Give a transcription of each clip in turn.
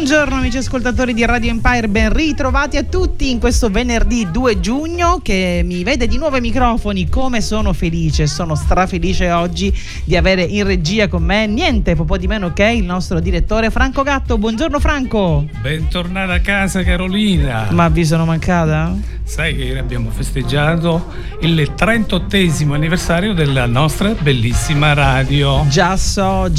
Buongiorno amici ascoltatori di Radio Empire, ben ritrovati a tutti in questo venerdì 2 giugno che mi vede di nuovo ai microfoni. Come sono felice, sono strafelice oggi di avere in regia con me niente po' di meno che il nostro direttore Franco Gatto. Buongiorno Franco. Bentornata a casa Carolina. Ma vi sono mancata? Sai che ieri abbiamo festeggiato il 38esimo anniversario della nostra bellissima radio. Già so,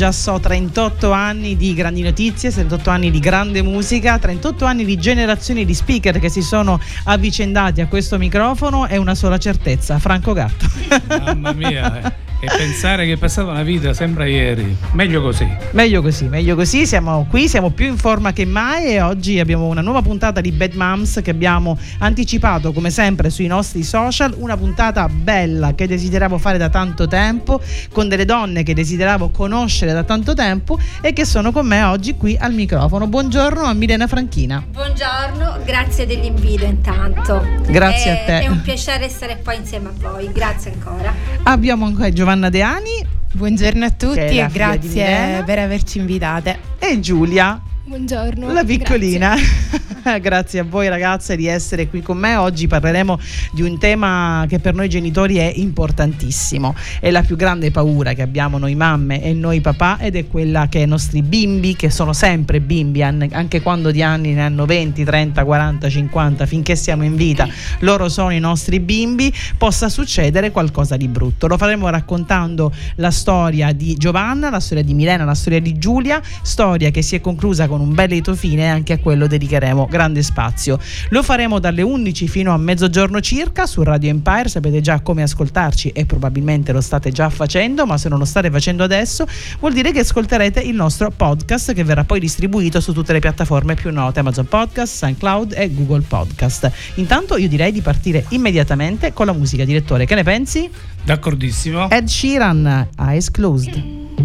38 anni di grandi notizie, 38 anni di grande musica, 38 anni di generazioni di speaker che si sono avvicendati a questo microfono e una sola certezza: Franco Gatto. Mamma mia, e pensare che è passata una vita sembra ieri. Meglio così, siamo qui, siamo più in forma che mai e oggi abbiamo una nuova puntata di Bad Moms che abbiamo anticipato come sempre sui nostri social, una puntata bella che desideravo fare da tanto tempo, con delle donne che desideravo conoscere da tanto tempo e che sono con me oggi qui al microfono. Buongiorno a Milena Franchina. Buongiorno, grazie dell'invito intanto. Grazie a te. È un piacere stare qua insieme a voi, grazie ancora. Abbiamo anche Giovanna De Ani. Buongiorno a tutti e grazie per averci invitate. E Giulia. Buongiorno. La piccolina. Grazie a voi ragazze di essere qui con me. Oggi parleremo di un tema che per noi genitori è importantissimo. È la più grande paura che abbiamo noi mamme e noi papà, ed è quella che i nostri bimbi, che sono sempre bimbi anche quando di anni ne hanno 20, 30, 40, 50, finché siamo in vita loro sono i nostri bimbi, possa succedere qualcosa di brutto. Lo faremo raccontando la storia di Giovanna, la storia di Milena, la storia di Giulia, storia che si è conclusa con un bel lieto fine e anche a quello dedicheremo grande spazio. Lo faremo dalle 11 fino a mezzogiorno circa su Radio Empire. Sapete già come ascoltarci e probabilmente lo state già facendo, ma se non lo state facendo adesso vuol dire che ascolterete il nostro podcast che verrà poi distribuito su tutte le piattaforme più note: Amazon Podcast, SoundCloud e Google Podcast. Intanto io direi di partire immediatamente con la musica. Direttore, che ne pensi? D'accordissimo. Ed Sheeran, Eyes Closed.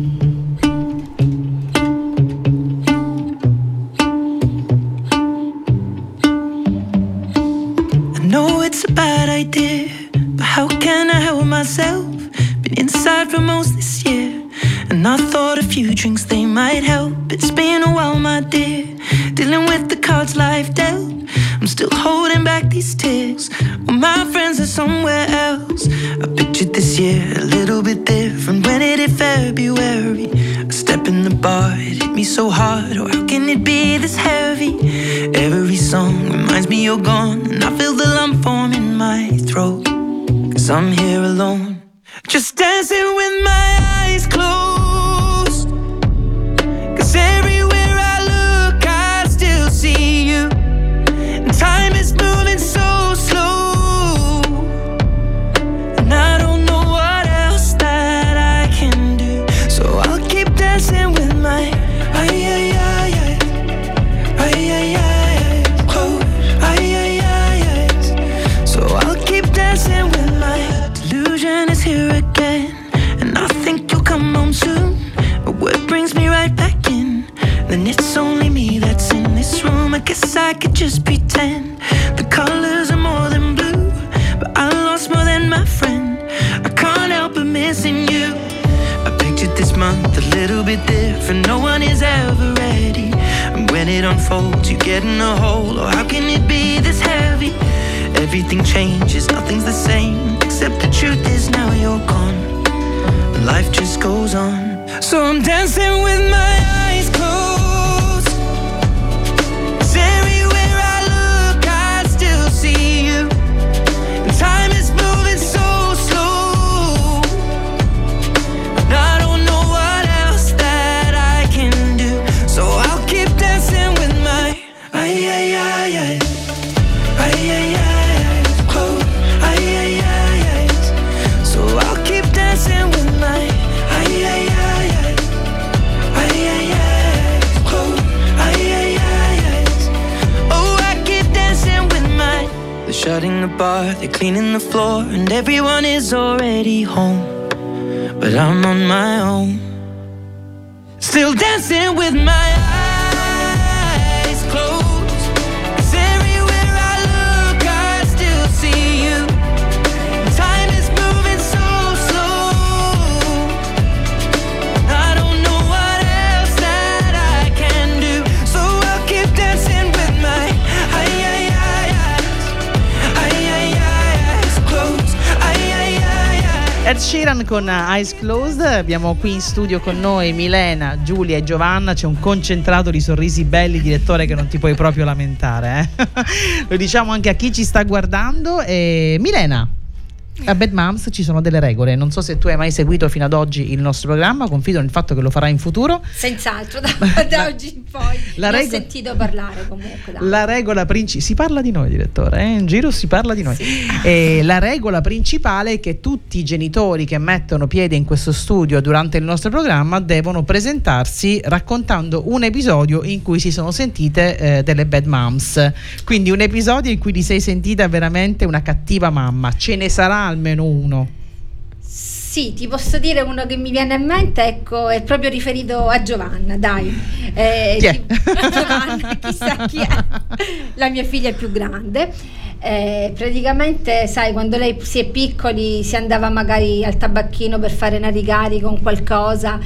It's a bad idea, but how can I help myself? Been inside for most this year, and I thought a few drinks they might help. It's been a while, my dear, dealing with the cards life dealt. I'm still holding back these tears, well, my friends are somewhere else. I pictured this year a little bit different. When it hit February, a step in the bar, it hit me so hard. Oh, how can it be this heavy? Every song reminds me you're gone, and I feel the lump form in my throat, 'cause I'm here alone, just dancing with my eyes closed. 'Cause everywhere I look I still see you, and time is moving so slow, and I don't know what else that I can do, so I'll keep dancing with my eyes closed. So I'll keep dancing with my delusion is here again, and I think you'll come home soon. But what brings me right back in? Then it's only me that's in this room. I guess I could just pretend the colors are more than blue, but I lost more than my friend. I can't help but missing you. I pictured this month a little bit different. No one is ever ready, and when it unfolds you get in a hole. Oh, how can it be this heavy? Everything changes, nothing's the same, except the truth is now you're gone, and life just goes on. So I'm dancing with my eyes closed, 'cause everywhere I look I still see you, and time is moving so slow, and I don't know what else that I can do, so I'll keep dancing with my eyes closed. So I'll keep dancing with my eyes closed. Oh, I keep dancing with my. They're shutting the bar, they're cleaning the floor, and everyone is already home, but I'm on my own, still dancing with my eyes closed. Ed Sheeran con Eyes Closed. Abbiamo qui in studio con noi Milena, Giulia e Giovanna. C'è un concentrato di sorrisi belli, direttore, che non ti puoi proprio lamentare, eh? Lo diciamo anche a chi ci sta guardando. Milena, a Bad Moms ci sono delle regole. Non so se tu hai mai seguito fino ad oggi il nostro programma, confido nel fatto che lo farai in futuro. Senz'altro, da oggi in poi ho sentito parlare comunque. La regola principale, si parla di noi, direttore, in giro si parla di noi. Sì. La regola principale è che tutti i genitori che mettono piede in questo studio durante il nostro programma devono presentarsi raccontando un episodio in cui si sono sentite delle bad moms. Quindi un episodio in cui ti sei sentita veramente una cattiva mamma. Ce ne sarà almeno uno? Sì, ti posso dire uno che mi viene in mente, ecco, è proprio riferito a Giovanna, dai. Chi è? Giovanna, chissà chi è, la mia figlia più grande. Praticamente, sai, quando lei si è piccoli si andava magari al tabacchino per fare una ricarica con qualcosa,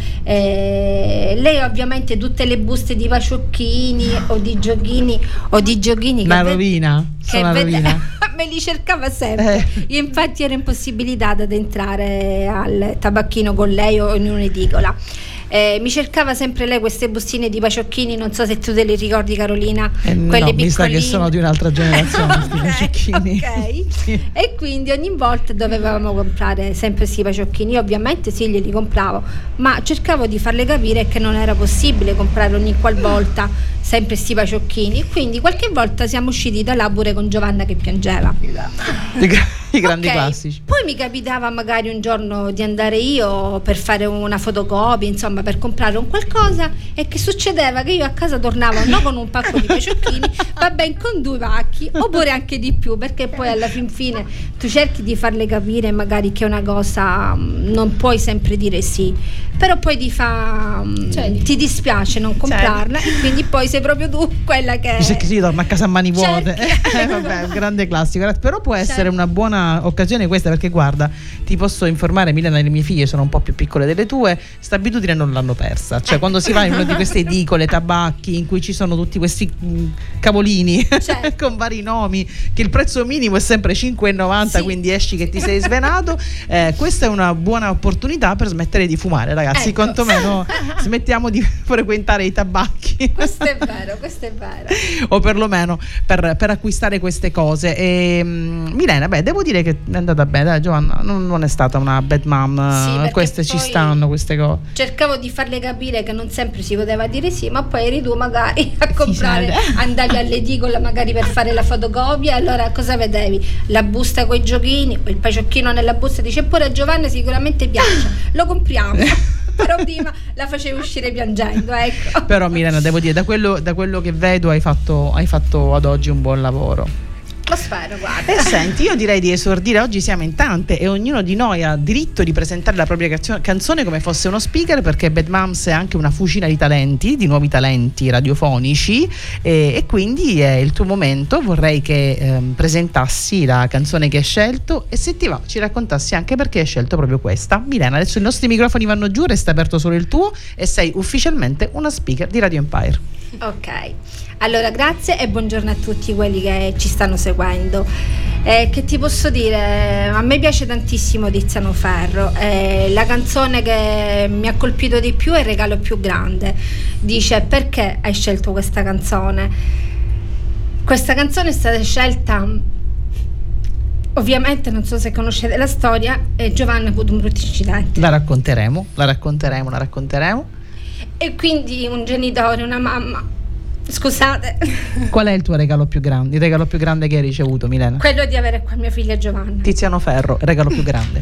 lei ovviamente tutte le buste di paciocchini o di giochini una rovina, me li cercava sempre. Io infatti ero impossibilitata ad entrare al tabacchino con lei o in un'edicola. Mi cercava sempre lei queste bustine di paciocchini, non so se tu te le ricordi, Carolina, quelle no, mi sa che sono di un'altra generazione questi paciocchini. Okay. Sì. E quindi ogni volta dovevamo comprare sempre questi paciocchini. Io ovviamente sì, glieli compravo, ma cercavo di farle capire che non era possibile comprare ogni qualvolta sempre sti paciocchini. Quindi qualche volta siamo usciti da là pure con Giovanna che piangeva. I grandi classici. Poi mi capitava magari un giorno di andare io per fare una fotocopia, insomma per comprare un qualcosa, e che succedeva che io a casa tornavo non con un pacco di paciocchini, ma ben con 2 pacchi, oppure anche di più, perché poi alla fin fine tu cerchi di farle capire magari che una cosa non puoi sempre dire sì, però poi ti dispiace non comprarla, e quindi poi sei proprio tu quella che dice che si torna a casa a mani vuote. Vabbè, un grande classico, però può essere una buona occasione questa, perché guarda, ti posso informare, Milena, le mie figlie sono un po' più piccole delle tue, sta abitudine non l'hanno persa, cioè quando si va in una di queste edicole, tabacchi in cui ci sono tutti questi cavolini con vari nomi, che il prezzo minimo è sempre 5,90, quindi esci che ti sei svenato, questa è una buona opportunità per smettere di fumare, ragazzi, quantomeno smettiamo di frequentare i tabacchi. Questo è vero o perlomeno per acquistare queste cose. Milena, devo dire che è andata bene, dai, Giovanna, non è stata una bad mom, queste ci stanno queste cose. Cercavo di farle capire che non sempre si poteva dire sì, ma poi eri tu magari a comprare, andavi all'edicola magari per fare la fotocopia, allora cosa vedevi? La busta con i giochini, il paciocchino nella busta, dice pure a Giovanna sicuramente piace, lo compriamo. Però prima la facevi uscire piangendo, ecco. Però Milena, devo dire, da quello che vedo hai fatto ad oggi un buon lavoro. Lo spero, guarda. E senti, io direi di esordire. Oggi siamo in tante e ognuno di noi ha diritto di presentare la propria canzone come fosse uno speaker, perché Bad Moms è anche una fucina di talenti, di nuovi talenti radiofonici, e quindi è il tuo momento. Vorrei che presentassi la canzone che hai scelto, e se ti va ci raccontassi anche perché hai scelto proprio questa. Milena, adesso i nostri microfoni vanno giù, resta aperto solo il tuo e sei ufficialmente una speaker di Radio Empire. Ok, allora grazie e buongiorno a tutti quelli che ci stanno seguendo. Che ti posso dire, a me piace tantissimo Tiziano Ferro, la canzone che mi ha colpito di più è Il regalo più grande. Dice: perché hai scelto questa canzone? Questa canzone è stata scelta, ovviamente non so se conoscete la storia, Giovanna ha avuto un brutto incidente. La racconteremo. E quindi un genitore, una mamma, scusate. Qual è il tuo regalo più grande? Il regalo più grande che hai ricevuto, Milena? Quello di avere qua mia figlia Giovanna. Tiziano Ferro, regalo più grande.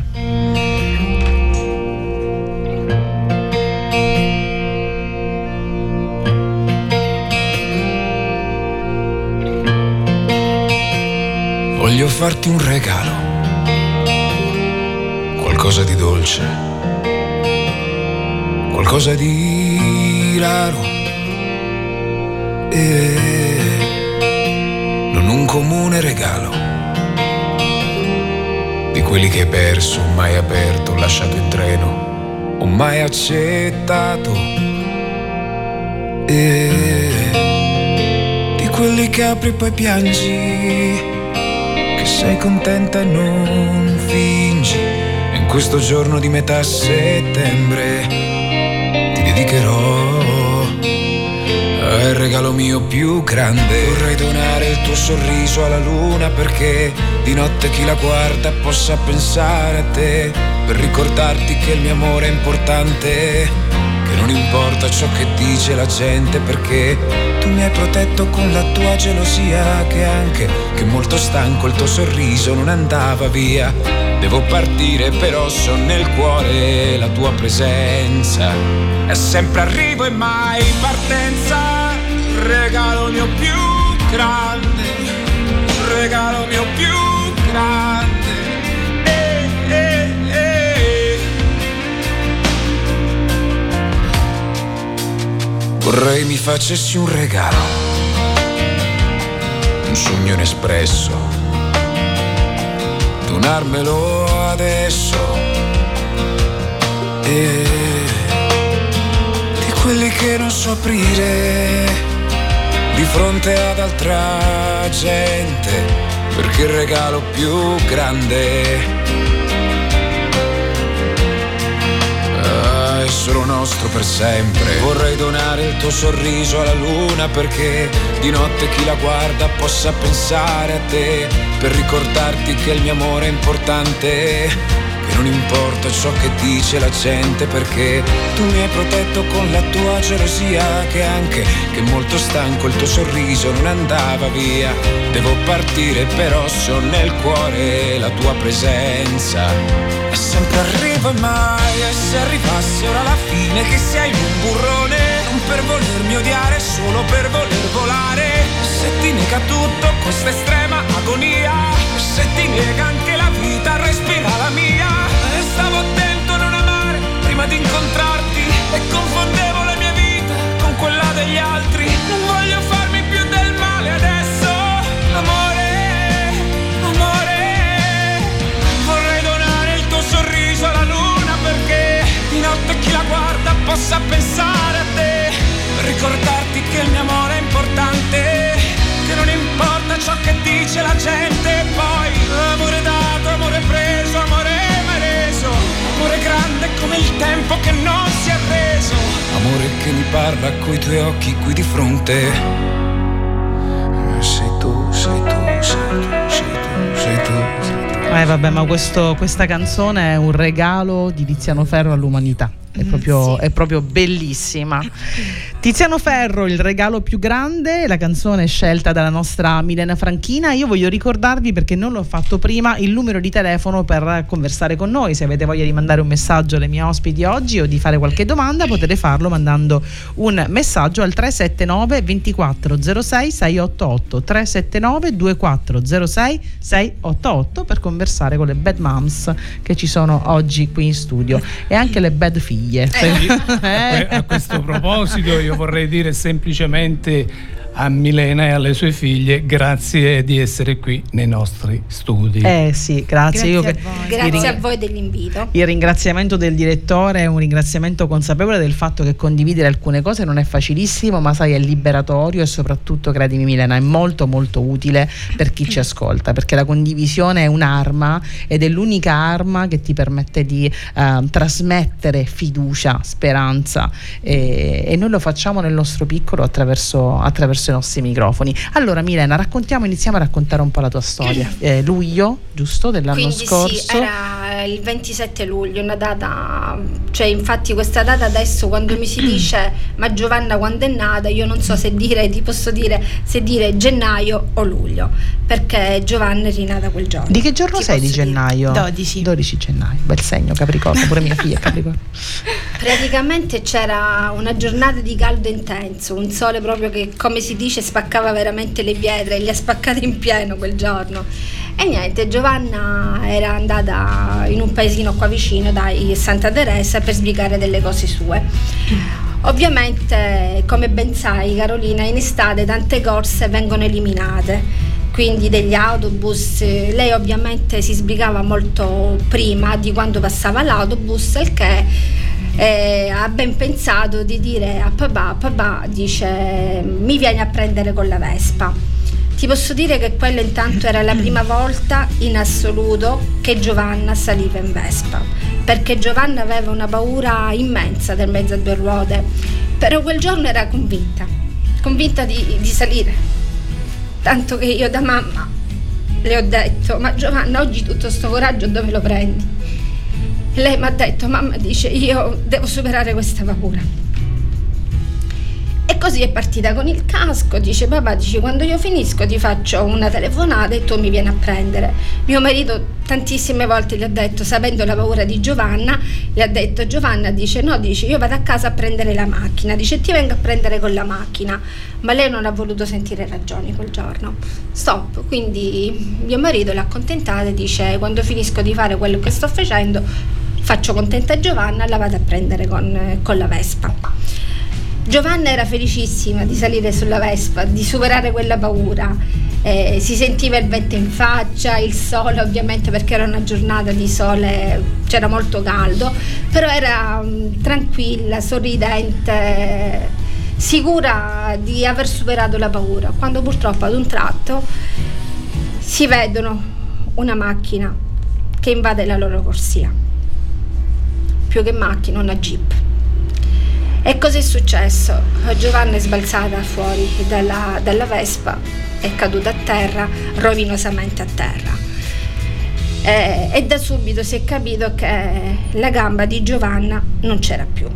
Voglio farti un regalo, qualcosa di dolce, qualcosa di raro, non un comune regalo, di quelli che hai perso, mai aperto, lasciato in treno, o mai accettato, di quelli che apri e poi piangi, che sei contenta e non fingi, e in questo giorno di metà settembre ti dedicherò al regalo mio più grande. Vorrei donare il tuo sorriso alla luna, perché di notte chi la guarda possa pensare a te, per ricordarti che il mio amore è importante, che non importa ciò che dice la gente, perché tu mi hai protetto con la tua gelosia, che molto stanco il tuo sorriso non andava via. Devo partire però so nel cuore la tua presenza, è sempre arrivo e mai partenza. Regalo mio più grande, regalo mio più grande. Vorrei mi facessi un regalo, un sogno inespresso, donarmelo adesso, di quelli che non so aprire di fronte ad altra gente, perché il regalo più grande è solo nostro per sempre. Vorrei donare il tuo sorriso alla luna, perché di notte chi la guarda possa pensare a te, per ricordarti che il mio amore è importante, che non importa ciò che dice la gente, perché tu mi hai protetto con la tua gelosia, che molto stanco il tuo sorriso non andava via. Devo partire però so nel cuore la tua presenza, è sempre arrivo e mai. E se arrivasse ora la fine, che sei un burrone, non per volermi odiare, solo per voler volare. Se ti nega tutto questa estrema agonia, se ti nega anche la vita, respira la mia. E stavo attento a non amare prima di incontrarti, e confondevo la mia vita con quella degli altri. Non voglio farmi più del male adesso, amore, amore. Vorrei donare il tuo sorriso alla luna, perché di notte chi la guarda possa pensare a te, per ricordarti che il mio amore è importante, che non importa ciò che dice la gente. Poi amore dato, amore preso, amore mai reso, amore grande come il tempo che non si è reso, amore che mi parla coi tuoi occhi qui di fronte. Sei tu, sei tu, sei tu, sei tu, sei tu, sei tu. Vabbè, ma questa canzone è un regalo di Tiziano Ferro all'umanità. È proprio bellissima. Tiziano Ferro, il regalo più grande, la canzone scelta dalla nostra Milena Franchina. Io voglio ricordarvi, perché non l'ho fatto prima, il numero di telefono per conversare con noi. Se avete voglia di mandare un messaggio alle mie ospiti oggi o di fare qualche domanda, potete farlo mandando un messaggio al 379 2406 688 379 2406 688 per conversare con le bad moms che ci sono oggi qui in studio, e anche le bad figlie. A questo proposito io vorrei dire semplicemente a Milena e alle sue figlie grazie di essere qui nei nostri studi. Sì, grazie. Grazie a voi dell'invito. Il ringraziamento del direttore è un ringraziamento consapevole del fatto che condividere alcune cose non è facilissimo, ma sai, è liberatorio, e soprattutto, credimi Milena, è molto molto utile per chi ci ascolta, perché la condivisione è un'arma, ed è l'unica arma che ti permette di trasmettere fiducia, speranza, e noi lo facciamo nel nostro piccolo attraverso i nostri microfoni. Allora Milena, iniziamo a raccontare un po' la tua storia. Luglio, giusto, dell'anno scorso? Sì, era il 27 luglio, una data, cioè infatti questa data adesso quando mi si dice ma Giovanna quando è nata, io non so se dire gennaio o luglio, perché Giovanna è rinata quel giorno. Di che giorno sei di gennaio? 12 gennaio, bel segno, Capricorno, pure mia figlia è Capricorno. Praticamente c'era una giornata di caldo intenso, un sole proprio che, come si dice, spaccava veramente le pietre, le ha spaccate in pieno quel giorno. E niente, Giovanna era andata in un paesino qua vicino, dai, Santa Teresa, per sbrigare delle cose sue. Ovviamente, come ben sai Carolina, in estate tante corse vengono eliminate, quindi degli autobus. Lei ovviamente si sbrigava molto prima di quando passava l'autobus, il che ha ben pensato di dire a papà, dice mi vieni a prendere con la Vespa. Ti posso dire che quella intanto era la prima volta in assoluto che Giovanna saliva in Vespa, perché Giovanna aveva una paura immensa del mezzo a due ruote, però quel giorno era convinta di salire, tanto che io da mamma le ho detto: ma Giovanna, oggi tutto sto coraggio dove lo prendi? E lei mi ha detto: mamma, dice, io devo superare questa paura. E così è partita con il casco, dice: papà, dice, quando io finisco ti faccio una telefonata e tu mi vieni a prendere. Mio marito tantissime volte gli ha detto, sapendo la paura di Giovanna, gli ha detto: Giovanna, dice, no, dice, io vado a casa a prendere la macchina, dice, ti vengo a prendere con la macchina. Ma lei non ha voluto sentire ragioni quel giorno. Stop. Quindi mio marito l'ha accontentata e dice: quando finisco di fare quello che sto facendo, faccio contenta Giovanna e la vado a prendere con la Vespa. Giovanna era felicissima di salire sulla Vespa, di superare quella paura. Si sentiva il vento in faccia, il sole, ovviamente, perché era una giornata di sole, c'era molto caldo, però era tranquilla, sorridente, sicura di aver superato la paura, quando purtroppo ad un tratto si vedono una macchina che invade la loro corsia, più che macchina, una jeep. E cosa è successo? Giovanna è sbalzata fuori dalla Vespa, è caduta a terra, rovinosamente a terra. E da subito si è capito che la gamba di Giovanna non c'era più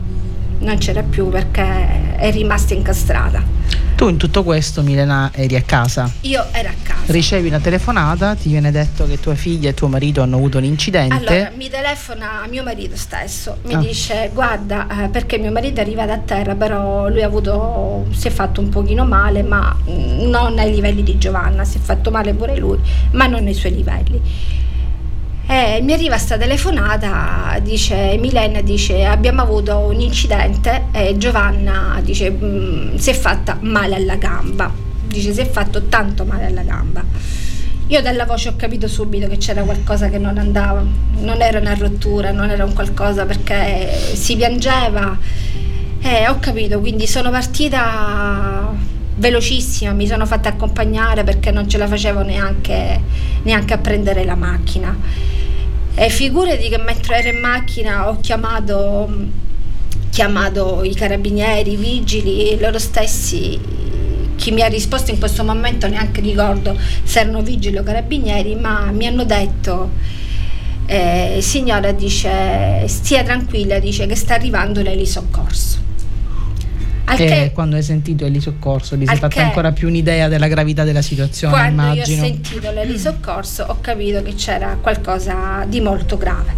perché è rimasta incastrata. Tu in tutto questo, Milena, eri a casa? Io ero a casa. Ricevi una telefonata, ti viene detto che tua figlia e tuo marito hanno avuto un incidente. Allora mi telefona mio marito stesso, mi dice: guarda, perché mio marito è arrivato a terra, però lui si è fatto un pochino male, ma non ai livelli di Giovanna, si è fatto male pure lui, ma non ai suoi livelli. Mi arriva sta telefonata, dice: Milena, dice, abbiamo avuto un incidente e Giovanna, dice, si è fatta male alla gamba, dice, si è fatto tanto male alla gamba. Io dalla voce ho capito subito che c'era qualcosa che non andava, non era una rottura, non era un qualcosa, perché si piangeva, ho capito, quindi sono partita velocissima, mi sono fatta accompagnare perché non ce la facevo neanche a prendere la macchina. E figurati che mentre ero in macchina ho chiamato i carabinieri, i vigili, loro stessi. Chi mi ha risposto in questo momento neanche ricordo se erano vigili o carabinieri, ma mi hanno detto: signora, dice, stia tranquilla, dice che sta arrivando l'elisoccorso. E quando hai sentito l'elisoccorso ti sei fatta ancora più un'idea della gravità della situazione, quando immagino. Io ho sentito l'elisoccorso ho capito che c'era qualcosa di molto grave,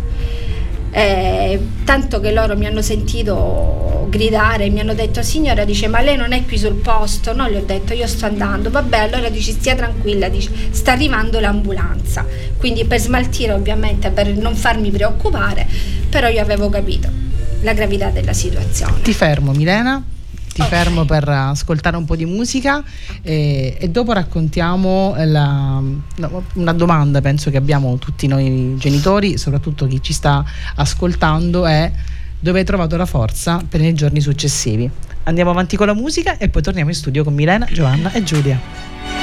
tanto che loro mi hanno sentito gridare, mi hanno detto: signora, dice, ma lei non è qui sul posto? No, gli ho detto: io sto andando. Vabbè, allora dice, stia tranquilla, dice, sta arrivando l'ambulanza. Quindi per smaltire, ovviamente, per non farmi preoccupare, però io avevo capito la gravità della situazione. Ti fermo, Milena. Ti fermo per ascoltare un po' di musica e dopo raccontiamo una domanda, penso che abbiamo tutti noi genitori, soprattutto chi ci sta ascoltando, è: dove hai trovato la forza per i giorni successivi? Andiamo avanti con la musica e poi torniamo in studio con Milena, Giovanna e Giulia.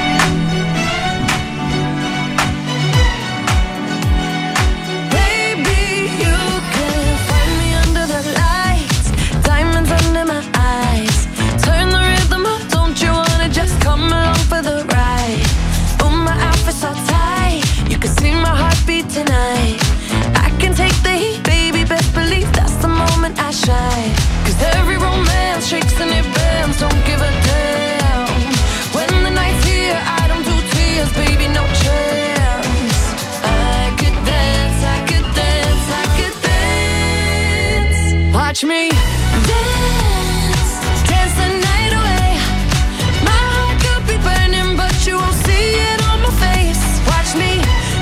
Tonight I can take the heat, baby, best believe that's the moment I shine. Cause every romance shakes and it bends, don't give a damn. When the night's here, I don't do tears, baby, no chance. I could dance, I could dance, I could dance. Watch me dance, dance the night away. My heart could be burning, but you won't see it on my face. Watch me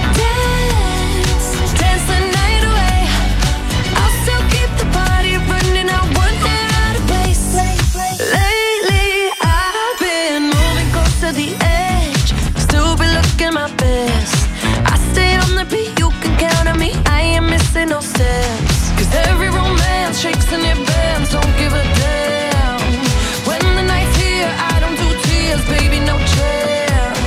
my best. I stay on the beat, you can count on me. I ain't missing no steps. Cause every romance shakes and it bends, don't give a damn. When the night's here, I don't do tears, baby, no chance.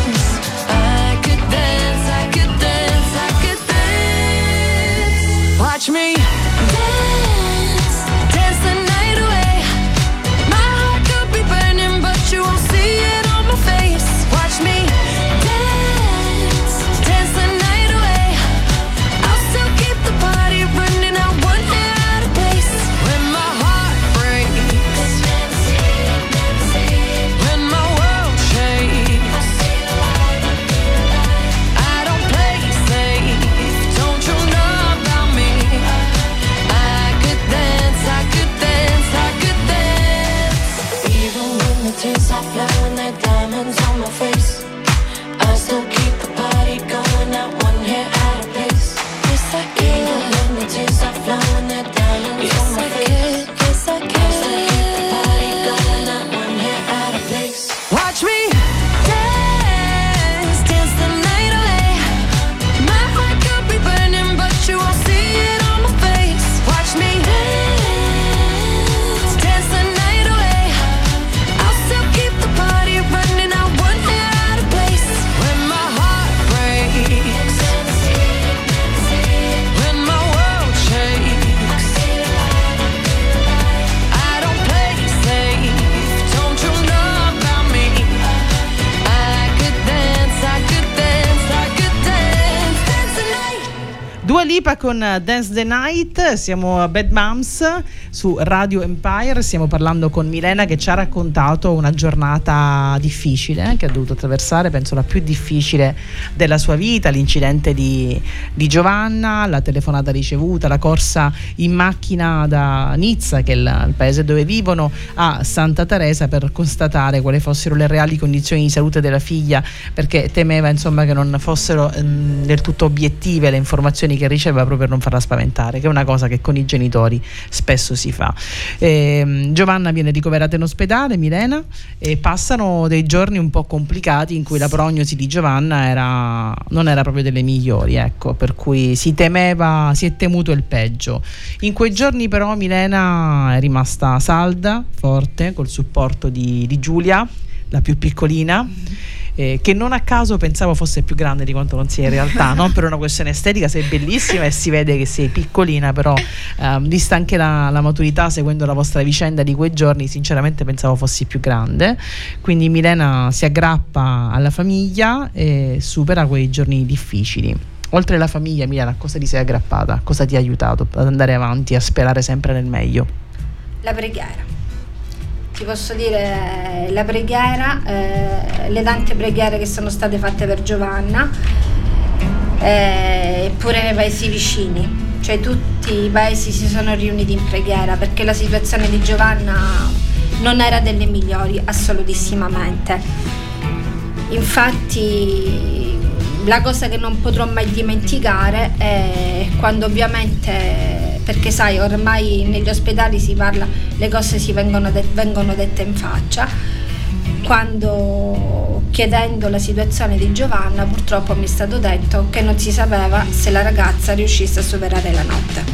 me dance, dance the night away. My heart could be burning, but you won't see it on my face. Watch me dance, dance the night away. I'll still keep the party running out one hair out of place. When my heart breaks, when my world shakes, I don't play safe, don't you know about me? I could dance, I could dance, I could dance. Even when the tears are flowing, they're diamonds on my face, I still keep the party going, not one hair out of place. Yes, I can. Even when the tears are flowing, they're diamonds on my face. Yes, I can. I still keep the party going, not one hair out of place. Watch me dance, dance the night away. My heart could be burning, but you won't see it on my face. Watch me dance, dance the night away. I'll still keep the party running out one hair out of place. When my heart breaks, when my world shakes, I don't play safe, don't you know about me? I could dance, I could dance, I could dance, dance the night. Dua Lipa con Dance the Night. Siamo a Bad Moms su Radio Empire, stiamo parlando con Milena che ci ha raccontato una giornata difficile che ha dovuto attraversare, penso la più difficile della sua vita, l'incidente di Giovanna, la telefonata ricevuta, la corsa in macchina da Nizza, che è il paese dove vivono, a Santa Teresa per constatare quali fossero le reali condizioni di salute della figlia, perché temeva insomma che non fossero del tutto obiettive le informazioni che riceveva, proprio per non farla spaventare, che è una cosa che con i genitori spesso si fa. Giovanna viene ricoverata in ospedale, Milena, e passano dei giorni un po' complicati in cui la prognosi di Giovanna non era proprio delle migliori, ecco, per cui si è temuto il peggio. In quei giorni però Milena è rimasta salda, forte, col supporto di Giulia, la più piccolina, che non a caso pensavo fosse più grande di quanto non sia in realtà, non per una questione estetica, sei bellissima e si vede che sei piccolina, però vista anche la maturità, seguendo la vostra vicenda di quei giorni, sinceramente pensavo fossi più grande. Quindi Milena si aggrappa alla famiglia e supera quei giorni difficili. Oltre alla famiglia, Milena, a cosa ti sei aggrappata? Cosa ti ha aiutato ad andare avanti, a sperare sempre nel meglio? La preghiera. Ti posso dire la preghiera, le tante preghiere che sono state fatte per Giovanna, pure nei paesi vicini, cioè tutti i paesi si sono riuniti in preghiera, perché la situazione di Giovanna non era delle migliori, assolutissimamente. Infatti la cosa che non potrò mai dimenticare è quando, ovviamente, perché sai, ormai negli ospedali si parla, le cose vengono dette in faccia, quando, chiedendo la situazione di Giovanna, purtroppo mi è stato detto che non si sapeva se la ragazza riuscisse a superare la notte.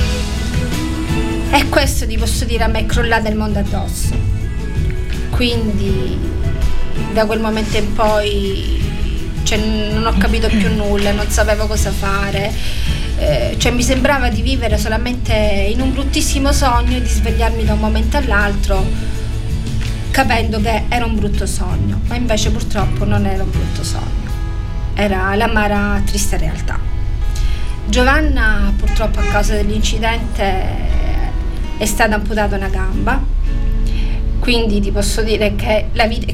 E questo, ti posso dire, a me è crollato il mondo addosso. Quindi da quel momento in poi non ho capito più nulla, non sapevo cosa fare. Mi sembrava di vivere solamente in un bruttissimo sogno e di svegliarmi da un momento all'altro capendo che era un brutto sogno, ma invece purtroppo non era un brutto sogno, era l'amara triste realtà. Giovanna purtroppo a causa dell'incidente è stata amputata una gamba, quindi ti posso dire che la vita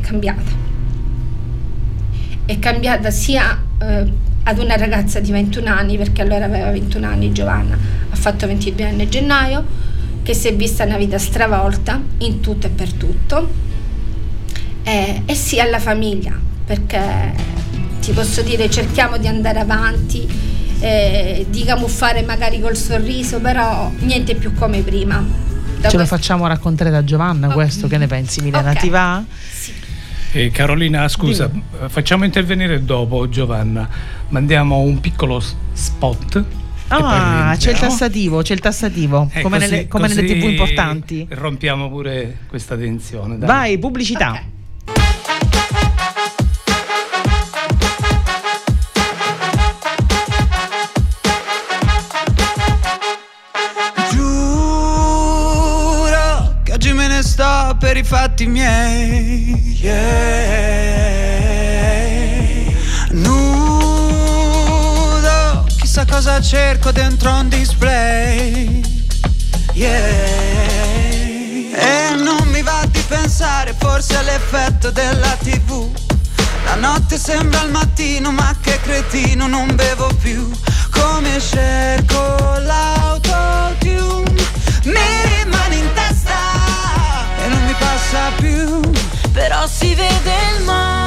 è cambiata sia ad una ragazza di 21 anni, perché allora aveva 21 anni Giovanna, ha fatto 22 anni a gennaio, che si è vista una vita stravolta in tutto e per tutto, e sia alla famiglia, perché ti posso dire, cerchiamo di andare avanti, di camuffare magari col sorriso, però niente più come prima. Lo facciamo raccontare da Giovanna, questo, che ne pensi, Milena? Okay. Ti va? Sì. Carolina, scusa, facciamo intervenire dopo Giovanna, mandiamo un piccolo spot. C'è il tassativo, come nelle TV importanti. Rompiamo pure questa tensione. Dai. Vai, pubblicità. Okay. i fatti miei. Nudo, chissà cosa cerco dentro un display. E non mi va di pensare, forse è l'effetto della TV. La notte sembra il mattino, ma che cretino, non bevo più. Come cerco l'autotune, mi rimane in testa e non mi passa più. Però si vede il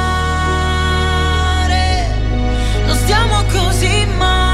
mare, non stiamo così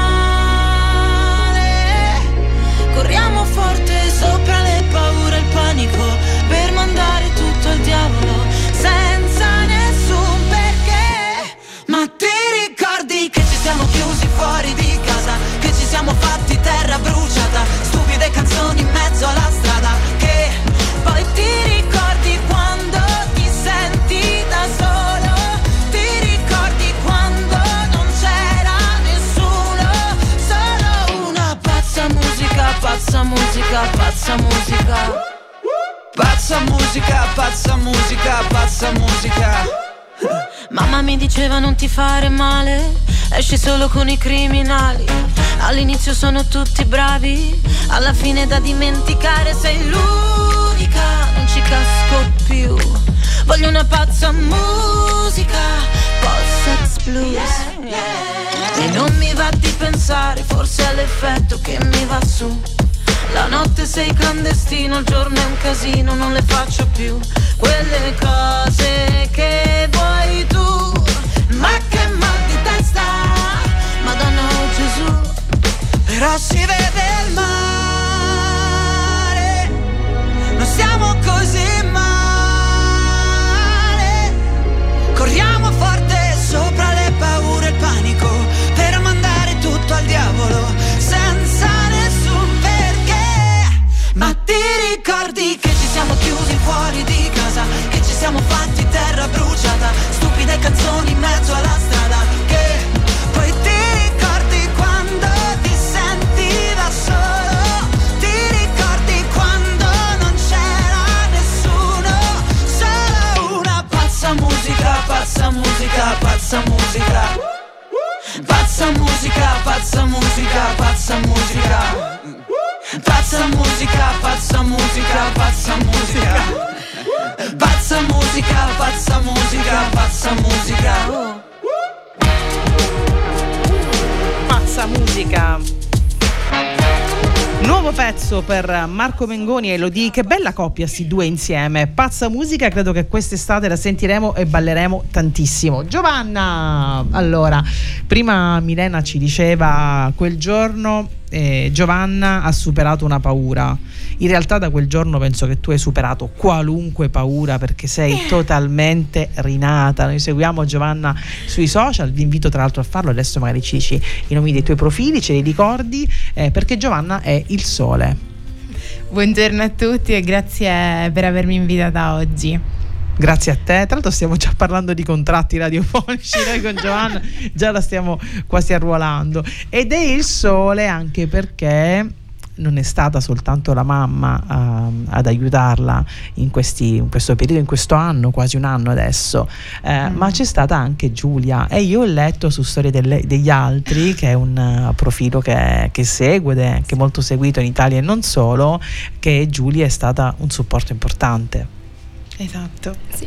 male. Corriamo forte sopra le paure e il panico, per mandare tutto al diavolo senza nessun perché. Ma ti ricordi che ci siamo chiusi fuori di casa, che ci siamo fatti terra bruciata, stupide canzoni in mezzo alla strada, che poi ti ricordi quando ti senti da solo, ti ricordi quando non c'era nessuno, solo una pazza musica, pazza musica, pazza musica. Pazza musica, pazza musica, pazza musica. Mamma mi diceva non ti fare male, esci solo con i criminali. All'inizio sono tutti bravi, alla fine da dimenticare sei l'unica, non ci casco più. Voglio una pazza musica, post-sex blues. E non mi va di pensare, forse è l'effetto che mi va su. La notte sei clandestino, il giorno è un casino, non le faccio più quelle cose che vuoi tu. Ma che mal di testa, Madonna o Gesù. Però si vede il mare, non siamo così male. Corriamo forte sopra le paure e il panico, per mandare tutto al diavolo senza nessun perché. Ma ti ricordi che ci siamo chiusi fuori di casa, che ci siamo fatti terra bruciata, stupide canzoni in mezzo alla strada, che poi ti ricordi quando ti senti da solo, ti ricordi quando non c'era nessuno, solo una pazza musica, pazza musica, pazza musica. Pazza musica, pazza musica, pazza musica. Pazza musica, pazza musica, pazza musica. Pazza musica, pazza musica, pazza musica. Pazza musica. Nuovo pezzo per Marco Mengoni e Elodie, che bella coppia sti due insieme. Pazza musica, credo che quest'estate la sentiremo e balleremo tantissimo. Giovanna, allora, prima Milena ci diceva quel giorno Giovanna ha superato una paura. In realtà da quel giorno penso che tu hai superato qualunque paura, perché sei totalmente rinata. Noi seguiamo Giovanna sui social, vi invito tra l'altro a farlo. Adesso magari ci dici i nomi dei tuoi profili, ce li ricordi, perché Giovanna è il sole. Buongiorno a tutti e grazie per avermi invitata oggi. Grazie a te. Tra l'altro stiamo già parlando di contratti radiofonici, noi con Giovanna già la stiamo quasi arruolando. Ed è il sole anche perché non è stata soltanto la mamma ad aiutarla in questo periodo, in questo anno, quasi un anno adesso, ma c'è stata anche Giulia. E io ho letto su Storie degli Altri, che è un profilo che segue, che è molto seguito in Italia e non solo, che Giulia è stata un supporto importante. Esatto, sì.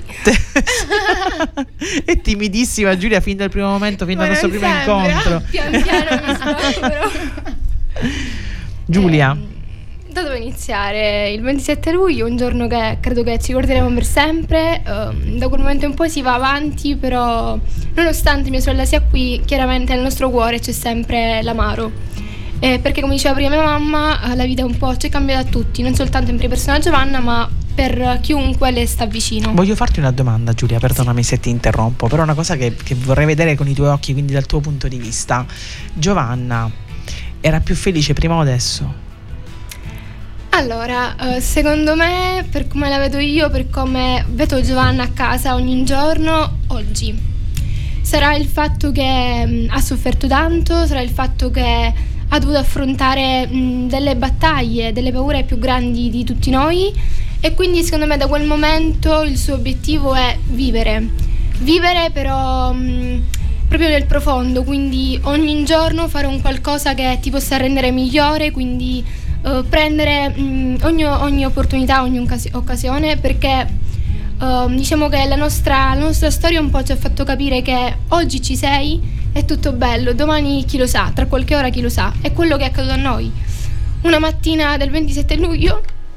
È timidissima Giulia fin dal primo momento, fin dal nostro primo incontro. Pian piano mi sforzo, però. Giulia, da dove iniziare? Il 27 luglio, un giorno che credo che ci ricorderemo per sempre. Da quel momento in poi si va avanti, però nonostante mia sorella sia qui, chiaramente nel nostro cuore c'è sempre l'amaro. Perché come diceva prima mia mamma, la vita un po' ci cambia da tutti, non soltanto in prima persona Giovanna, ma per chiunque le sta vicino. Voglio farti una domanda, Giulia, perdonami se ti interrompo, però una cosa che vorrei vedere con i tuoi occhi, quindi dal tuo punto di vista. Giovanna era più felice prima o adesso? Allora, secondo me, per come la vedo io, per come vedo Giovanna a casa ogni giorno, oggi sarà il fatto che ha sofferto tanto, sarà il fatto che ha dovuto affrontare delle battaglie, delle paure più grandi di tutti noi, e quindi secondo me da quel momento il suo obiettivo è vivere però proprio nel profondo, quindi ogni giorno fare un qualcosa che ti possa rendere migliore, quindi prendere ogni opportunità, ogni occasione, perché diciamo che la nostra storia un po' ci ha fatto capire che oggi ci sei, è tutto bello, domani chi lo sa, tra qualche ora chi lo sa. È quello che è accaduto a noi una mattina del 27 luglio.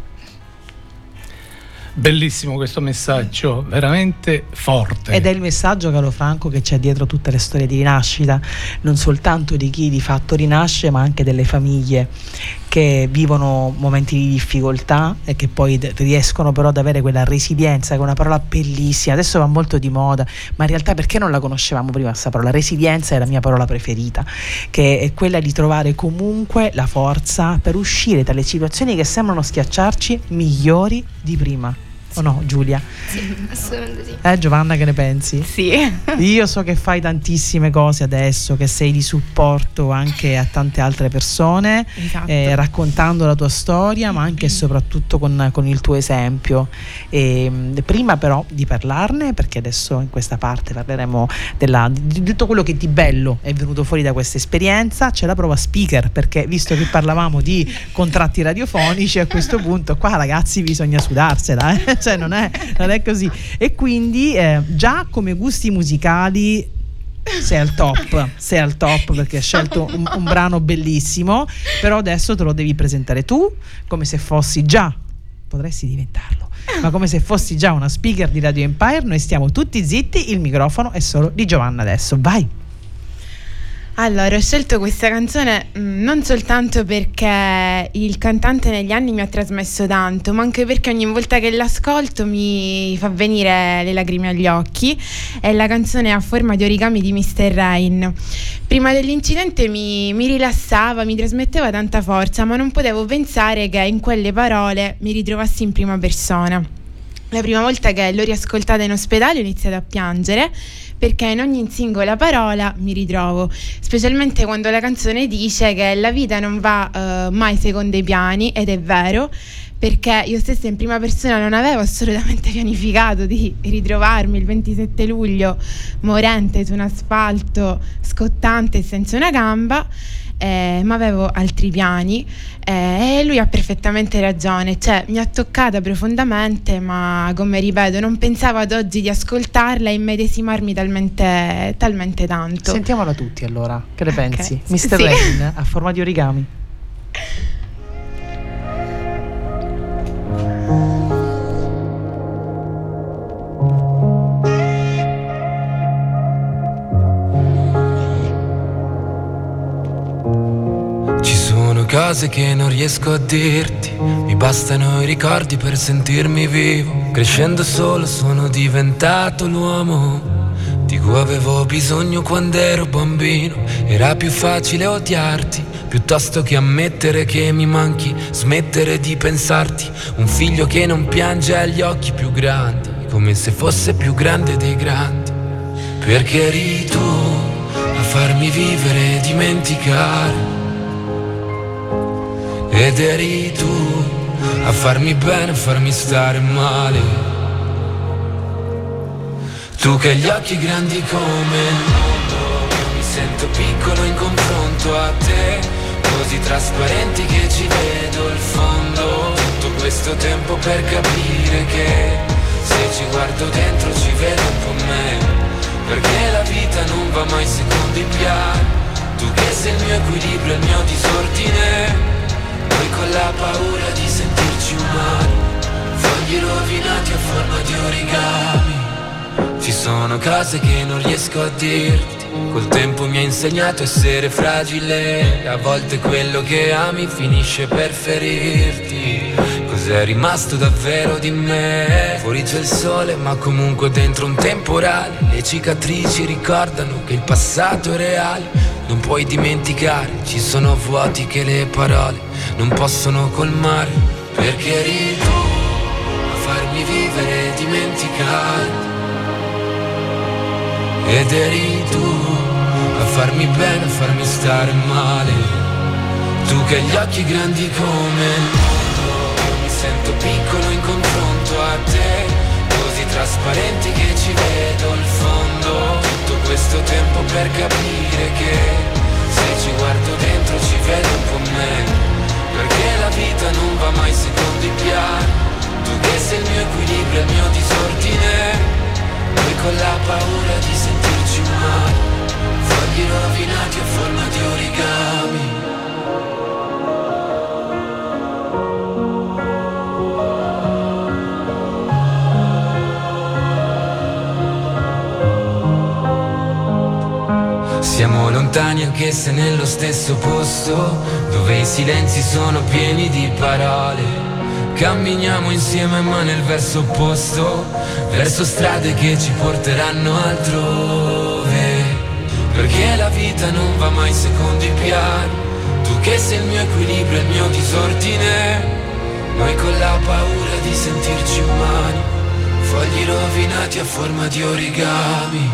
Bellissimo questo messaggio, veramente forte. Ed è il messaggio, caro Franco, che c'è dietro tutte le storie di rinascita, non soltanto di chi di fatto rinasce, ma anche delle famiglie che vivono momenti di difficoltà e che poi riescono però ad avere quella resilienza, che è una parola bellissima, adesso va molto di moda, ma in realtà perché non la conoscevamo prima questa parola? Resilienza è la mia parola preferita, che è quella di trovare comunque la forza per uscire dalle situazioni che sembrano schiacciarci migliori di prima. O no, Giulia? Sì, assolutamente sì. Giovanna, che ne pensi? Sì. Io so che fai tantissime cose adesso, che sei di supporto anche a tante altre persone, esatto. Raccontando la tua storia, ma anche e soprattutto con il tuo esempio. Prima però di parlarne, perché adesso in questa parte parleremo di tutto quello che di bello è venuto fuori da questa esperienza, c'è la prova speaker, perché visto che parlavamo di contratti radiofonici, a questo punto qua ragazzi bisogna sudarsela, cioè non è così, e quindi già come gusti musicali sei al top perché hai scelto un brano bellissimo, però adesso te lo devi presentare tu come se fossi già, potresti diventarlo, ma come se fossi già una speaker di Radio Empire. Noi stiamo tutti zitti, il microfono è solo di Giovanna adesso, vai. Allora, ho scelto questa canzone non soltanto perché il cantante negli anni mi ha trasmesso tanto, ma anche perché ogni volta che l'ascolto mi fa venire le lacrime agli occhi. È la canzone A forma di origami di Mr. Rain. Prima dell'incidente mi rilassava, mi trasmetteva tanta forza, ma non potevo pensare che in quelle parole mi ritrovassi in prima persona. La prima volta che l'ho riascoltata in ospedale ho iniziato a piangere, perché in ogni singola parola mi ritrovo, specialmente quando la canzone dice che la vita non va mai secondo i piani, ed è vero, perché io stessa in prima persona non avevo assolutamente pianificato di ritrovarmi il 27 luglio morente su un asfalto scottante e senza una gamba, ma avevo altri piani, e lui ha perfettamente ragione, cioè mi ha toccata profondamente, ma come ripeto non pensavo ad oggi di ascoltarla e immedesimarmi talmente tanto. Sentiamola tutti allora, che ne pensi? Mr. Sì. Rain, A forma di origami. Cose che non riesco a dirti, mi bastano i ricordi per sentirmi vivo. Crescendo solo sono diventato l'uomo di cui avevo bisogno quando ero bambino. Era più facile odiarti piuttosto che ammettere che mi manchi, smettere di pensarti. Un figlio che non piange ha gli occhi più grandi, come se fosse più grande dei grandi. Perché eri tu a farmi vivere e dimenticare, ed eri tu a farmi bene, a farmi stare male. Tu che hai gli occhi grandi come il mondo, mi sento piccolo in confronto a te, così trasparenti che ci vedo il fondo. Tutto questo tempo per capire che se ci guardo dentro ci vedo un po' me, perché la vita non va mai secondo i piani. Tu che sei il mio equilibrio, il mio disordine, noi con la paura di sentirci umani, fogli rovinati a forma di origami. Ci sono cose che non riesco a dirti, col tempo mi ha insegnato a essere fragile, a volte quello che ami finisce per ferirti. Cos'è rimasto davvero di me? Fuori c'è il sole ma comunque dentro un temporale, le cicatrici ricordano che il passato è reale. Non puoi dimenticare, ci sono vuoti che le parole non possono colmare. Perché eri tu a farmi vivere e dimenticare, ed eri tu a farmi bene, a farmi stare male. Tu che hai gli occhi grandi come il mondo, mi sento piccolo in confronto parenti che ci vedo il fondo. Tutto questo tempo per capire che se ci guardo dentro ci vedo un po' me, perché la vita non va mai secondo i piani. Tu che sei il mio equilibrio, il mio disordine, noi con la paura di sentirci umani, fogli rovinati a forma di origami. Siamo lontani anche se nello stesso posto, dove i silenzi sono pieni di parole. Camminiamo insieme ma nel verso opposto, verso strade che ci porteranno altrove. Perché la vita non va mai secondo i piani. Tu che sei il mio equilibrio, il mio disordine, noi con la paura di sentirci umani, fogli rovinati a forma di origami.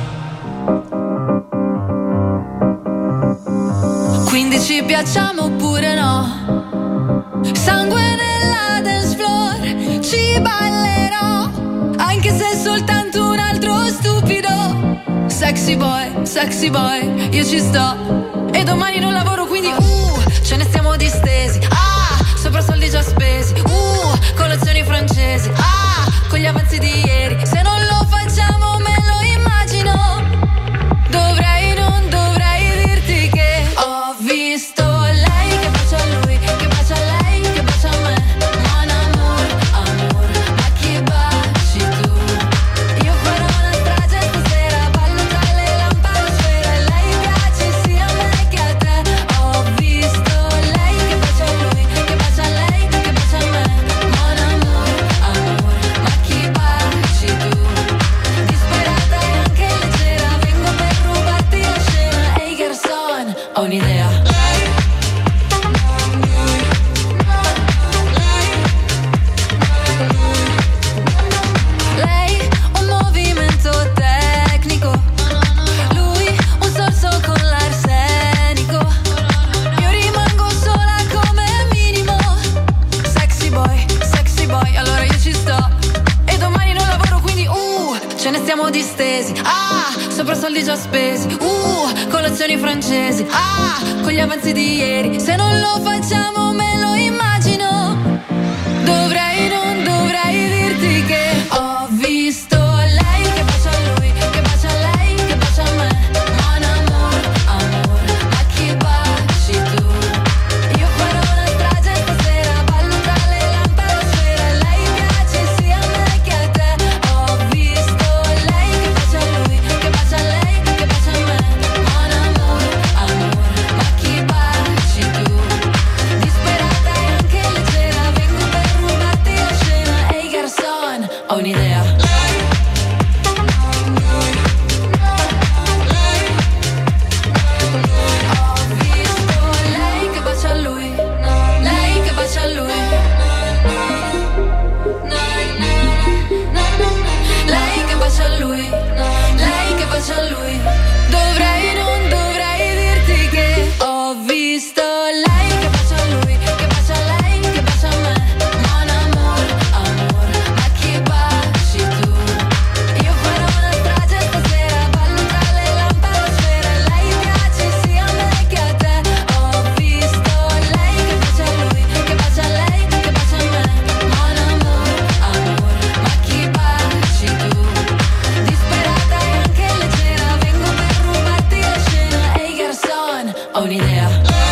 Quindi ci piacciamo oppure no? Sangue nella dance floor, ci ballerò, anche se è soltanto un altro stupido. Sexy boy, io ci sto. E domani non lavoro quindi ce ne stiamo distesi. Sopra soldi già spesi. Colazioni francesi. Con gli avanzi di ieri. Se non lo facciamo me lo immagino. Non dovrei dirti che ho visto lei che bacia a lui, che bacia a lei, che bacia a me. Mon amour, ma chi baci tu? Io farò una strage stasera, ballo tra le lampade e lei piace sia a me che a te. Ho visto lei che bacia a lui, che bacia a lei, che bacia a me. Mon amour, ma chi baci tu? Disperata e anche leggera, vengo per rubarti la scena. Ehi garçon, ho un'idea. Lei un movimento tecnico, lui un sorso con l'arsenico. Io rimango sola come minimo. Sexy boy, allora io ci sto. E domani non lavoro quindi ce ne stiamo distesi. Sopra soldi già spesi. Colazioni francesi. Con gli avanzi di ieri. Se non lo facciamo me lo immagino. Non dovrei dirti che ho visto lei che bacia a lui, che bacia a lei, che bacia a me. Mon amour, ma chi baci tu? Io farò una strage stasera, ballo tra le lampade e lei piace sia a me che a te. Ho visto lei che bacia a lui, che bacia a lei, che bacia a me. Mon amour, ma chi baci tu? Disperata e anche leggera, vengo per rubarti la scena. Ehi garçon, ho un'idea. Ho visto lei che bacia a lui, lei che bacia a lui. Lei che bacia a lui, lei che bacia a lui. Non dovrei dirti che ho visto lei che bacia a lui, che bacia a lei, che bacia a me. Mon amour, ma chi baci tu? Io farò una strage stasera, ballo tra le lampade e lei piace sia a me che a te. Ho visto lei che bacia a lui, che bacia a lei, che bacia a me. Mon amour, ma chi baci tu? Disperata e anche leggera, vengo per rubarti la scena. Ehi garçon, ho un'idea.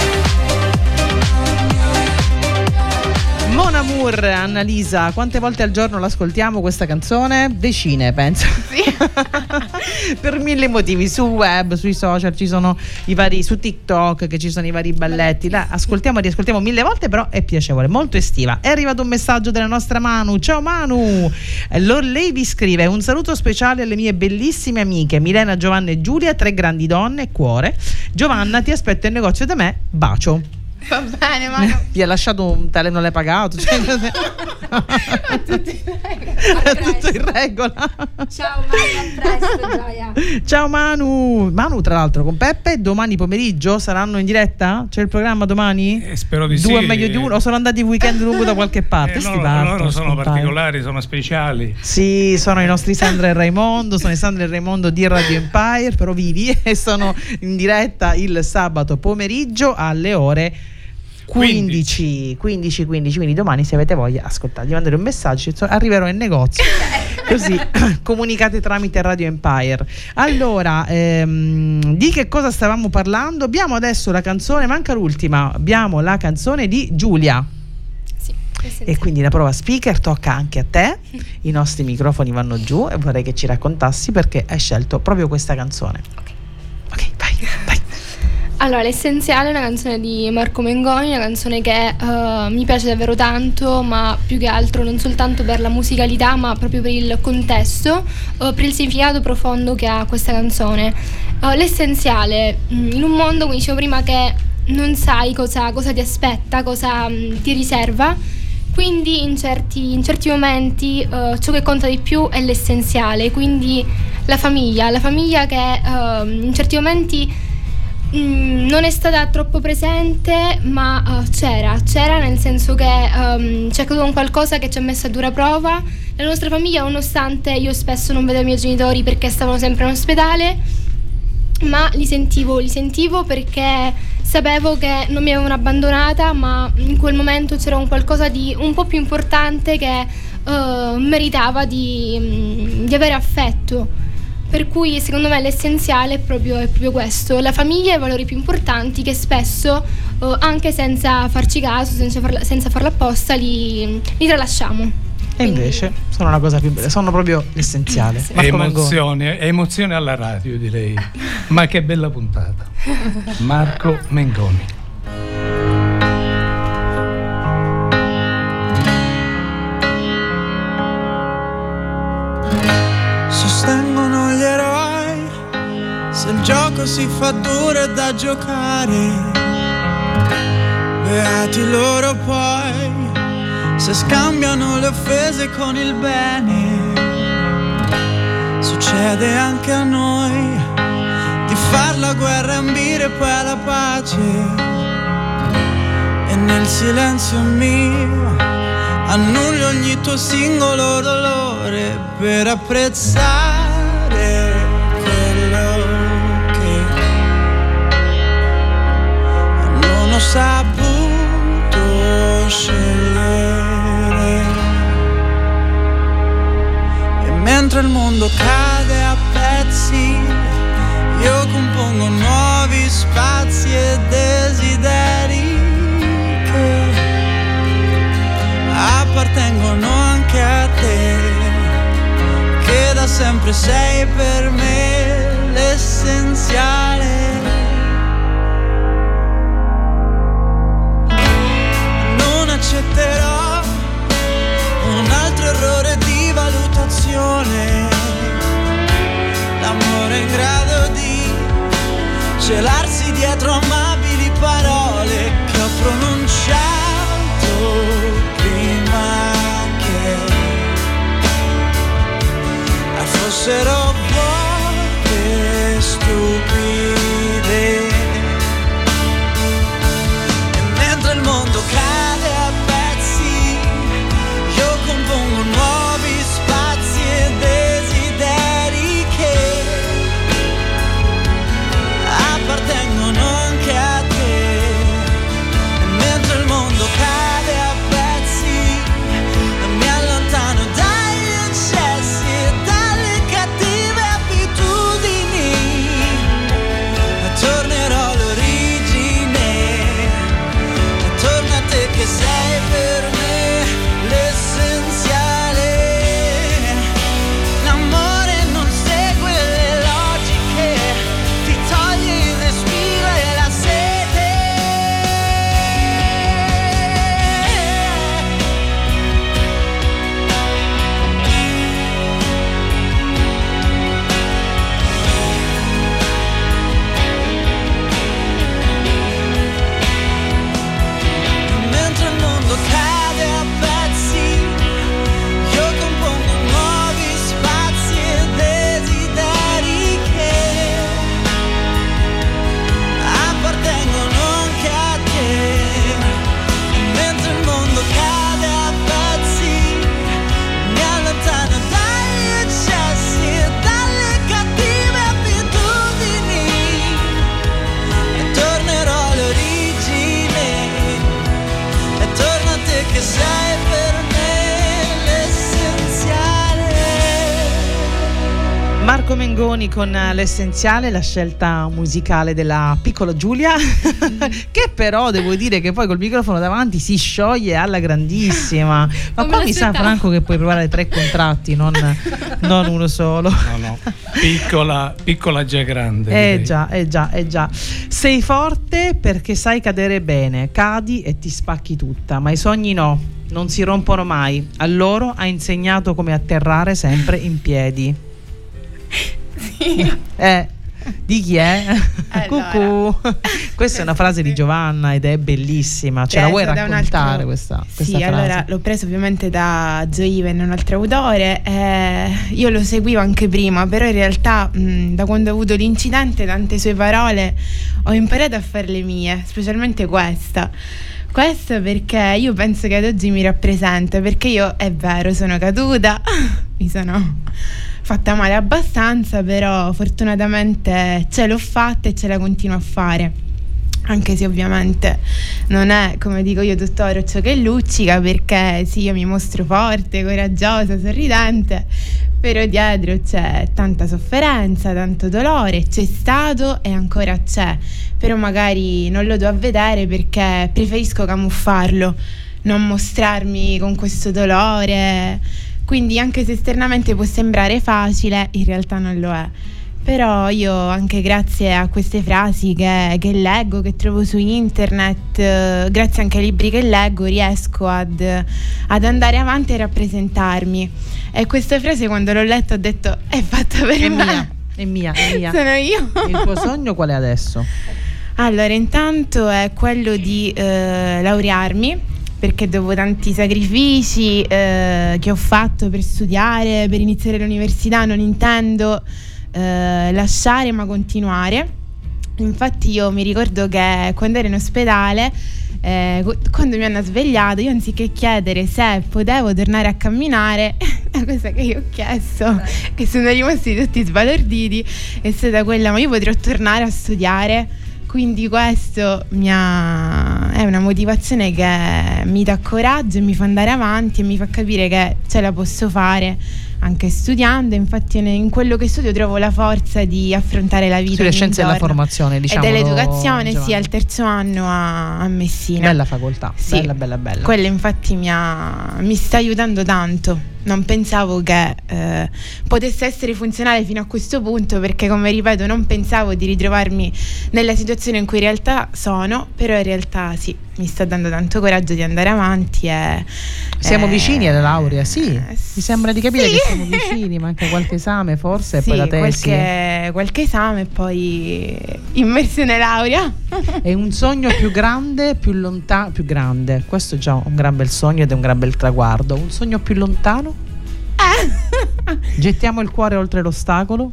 Mon Amour, Annalisa, quante volte al giorno l'ascoltiamo questa canzone? Decine, penso. Sì. Per mille motivi, su web, sui social ci sono i vari, su TikTok che ci sono i vari balletti. La ascoltiamo e riascoltiamo mille volte, però è piacevole, molto estiva. È arrivato un messaggio della nostra Manu. Ciao Manu. Lei vi scrive: un saluto speciale alle mie bellissime amiche Milena, Giovanna e Giulia, 3 grandi donne e cuore. Giovanna, ti aspetto in negozio da me, bacio. Va bene, ma vi ha lasciato un tale, non l'hai pagato, cioè, Tutto in regola. Ciao Manu, a presto, Gioia. Ciao Manu. Manu, tra l'altro, con Peppe domani pomeriggio saranno in diretta? C'è il programma domani? Spero di Due sì. meglio di uno, o sono andati weekend lungo da qualche parte? Loro sono particolari, sono speciali. Sì, sono i nostri Sandra e Raimondo, sono i Sandra e Raimondo di Radio Empire, però vivi, e sono in diretta il sabato pomeriggio alle ore 15, quindi domani, se avete voglia, ascoltate, gli manderò un messaggio, arriverò in negozio, così comunicate tramite Radio Empire. Allora, di che cosa stavamo parlando? Abbiamo adesso la canzone, manca l'ultima, abbiamo la canzone di Giulia. E quindi la prova speaker tocca anche a te, i nostri microfoni vanno giù e vorrei che ci raccontassi perché hai scelto proprio questa canzone. Ok, vai. Allora, L'essenziale è una canzone di Marco Mengoni, una canzone che mi piace davvero tanto, ma più che altro non soltanto per la musicalità, ma proprio per il contesto, per il significato profondo che ha questa canzone. L'essenziale, in un mondo, come dicevo prima, che non sai cosa ti aspetta, cosa ti riserva, quindi in certi momenti ciò che conta di più è l'essenziale, quindi la famiglia che in certi momenti non è stata troppo presente, ma c'era nel senso che c'è accaduto un qualcosa che ci ha messo a dura prova. La nostra famiglia, nonostante io spesso non vedevo i miei genitori perché stavano sempre in ospedale, ma li sentivo perché sapevo che non mi avevano abbandonata, ma in quel momento c'era un qualcosa di un po' più importante che meritava di avere affetto. Per cui secondo me l'essenziale è proprio questo, la famiglia e i valori più importanti che spesso, anche senza farci caso, senza farlo apposta, li tralasciamo. E invece sono la cosa più bella, sono proprio l'essenziale. Sì. Emozione alla radio, direi. Ma che bella puntata. Marco Mengoni. Sostengono gli eroi, se il gioco si fa duro è da giocare. Beati loro poi, se scambiano le offese con il bene. Succede anche a noi di far la guerra e ambire poi alla pace. E nel silenzio mio annullo ogni tuo singolo dolore per apprezzare quello che non ho saputo scegliere. E mentre il mondo cade a pezzi, io compongo nuovi spazi e desideri che appartengono anche a te, che da sempre sei per me l'essenziale. Non accetterò un altro errore di valutazione, l'amore in grado di celarsi dietro amabili parole che ho pronunciato prima che fossero vuote, stupide. E mentre il mondo cade a pezzi, io compongo nuovi spazi e desideri che appartengono anche a Marco Mengoni con L'essenziale, la scelta musicale della piccola Giulia che però devo dire che poi col microfono davanti si scioglie alla grandissima. Ma qua mi sa, Franco, che puoi provare 3 contratti, non uno solo. No, piccola già grande. Già. Sei forte perché sai cadere bene, cadi e ti spacchi tutta, ma i sogni no, non si rompono mai. A loro ha insegnato come atterrare sempre in piedi. Sì. Di chi è? Allora. Questa è una frase di Giovanna ed è bellissima. Ce la vuoi raccontare questa sì, frase? Allora l'ho preso ovviamente da Zoiven, un altro autore. Io lo seguivo anche prima, però in realtà da quando ho avuto l'incidente tante sue parole ho imparato a farle mie, specialmente questa perché io penso che ad oggi mi rappresenta, perché io, è vero, sono caduta, mi sono fatta male abbastanza, però fortunatamente ce l'ho fatta e ce la continuo a fare, anche se ovviamente non è, come dico io, tutto oro ciò che luccica, perché sì, io mi mostro forte, coraggiosa, sorridente, però dietro c'è tanta sofferenza, tanto dolore, c'è stato e ancora c'è, però magari non lo do a vedere perché preferisco camuffarlo, non mostrarmi con questo dolore. Quindi anche se esternamente può sembrare facile, in realtà non lo è. Però io, anche grazie a queste frasi che leggo, che trovo su internet, grazie anche ai libri che leggo, riesco ad andare avanti e rappresentarmi. E questa frase, quando l'ho letta, ho detto: è fatta per me. È mia. Sono io. Il tuo sogno qual è adesso? Allora, intanto è quello di laurearmi, perché dopo tanti sacrifici che ho fatto per studiare, per iniziare l'università, non intendo lasciare ma continuare. Infatti io mi ricordo che quando ero in ospedale, quando mi hanno svegliato, io anziché chiedere se potevo tornare a camminare, la cosa che io ho chiesto, che sono rimasti tutti sbalorditi, è stata quella: ma io potrò tornare a studiare? Quindi questo è una motivazione che mi dà coraggio e mi fa andare avanti e mi fa capire che ce la posso fare anche studiando. Infatti in quello che studio trovo la forza di affrontare la vita. Sulle scienze della formazione, diciamo. E dell'educazione, sì, al terzo anno a Messina. Bella facoltà, sì, bella. Quella infatti mi sta aiutando tanto. Non pensavo che potesse essere funzionale fino a questo punto, perché, come ripeto, non pensavo di ritrovarmi nella situazione in cui in realtà sono, però in realtà sì, mi sta dando tanto coraggio di andare avanti. Siamo vicini alla laurea, sì. Mi sembra di capire che siamo vicini, manca qualche esame forse, e poi la tesi. Qualche esame e poi immersione laurea. È un sogno più grande, più lontano, più grande. Questo è già un gran bel sogno ed è un gran bel traguardo. Un sogno più lontano? Gettiamo il cuore oltre l'ostacolo?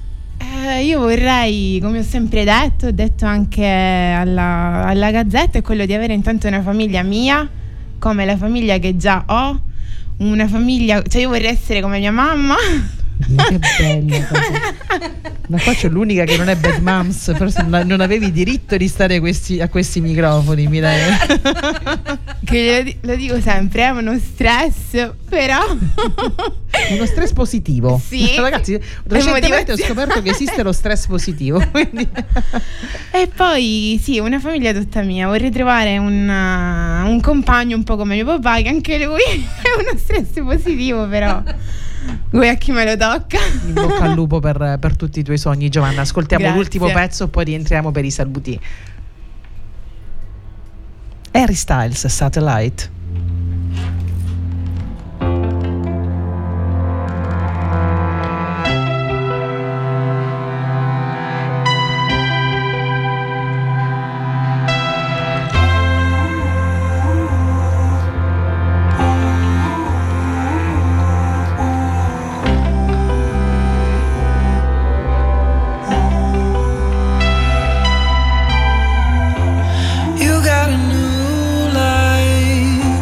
Io vorrei, come ho sempre detto, ho detto anche alla Gazzetta, è quello di avere intanto una famiglia mia, come la famiglia che già ho, una famiglia, cioè io vorrei essere come mia mamma. Che bello. Ma qua c'è l'unica che non è Bad Moms, forse non avevi diritto di stare a questi microfoni, Mireia. Che lo dico sempre, è uno stress, però uno stress positivo. Sì. Ragazzi, recentemente ho scoperto che esiste lo stress positivo, quindi. E poi sì, una famiglia tutta mia. Vorrei trovare un compagno un po' come mio papà, che anche lui è uno stress positivo, però Vuoi a chi me lo tocca? In bocca al lupo per tutti i tuoi sogni, Giovanna. Ascoltiamo Grazie. L'ultimo pezzo, poi rientriamo per i saluti. Harry Styles, Satellite. You got a new life